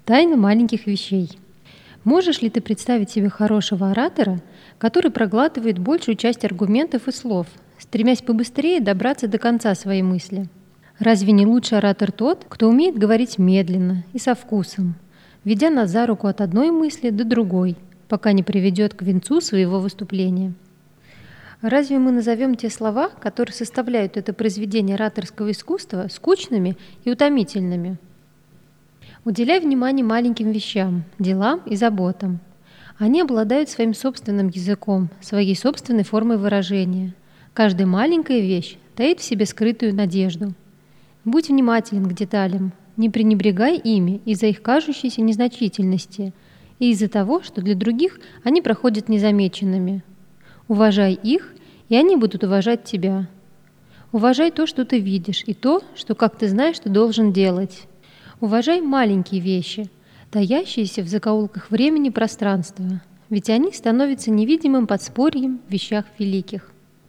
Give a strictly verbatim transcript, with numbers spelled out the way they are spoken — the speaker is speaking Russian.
Тайна маленьких вещей. Можешь ли ты представить себе хорошего оратора, который проглатывает большую часть аргументов и слов, стремясь побыстрее добраться до конца своей мысли? Разве не лучший оратор тот, кто умеет говорить медленно и со вкусом, ведя нас за руку от одной мысли до другой, пока не приведет к венцу своего выступления? Разве мы назовем те слова, которые составляют это произведение ораторского искусства, скучными и утомительными? Уделяй внимание маленьким вещам, делам и заботам. Они обладают своим собственным языком, своей собственной формой выражения. Каждая маленькая вещь таит в себе скрытую надежду. Будь внимателен к деталям, не пренебрегай ими из-за их кажущейся незначительности и из-за того, что для других они проходят незамеченными. Уважай их, и они будут уважать тебя. Уважай то, что ты видишь, и то, что, как ты знаешь, ты должен делать. Уважай маленькие вещи, таящиеся в закоулках времени и пространства, ведь они становятся невидимым подспорьем в вещах великих.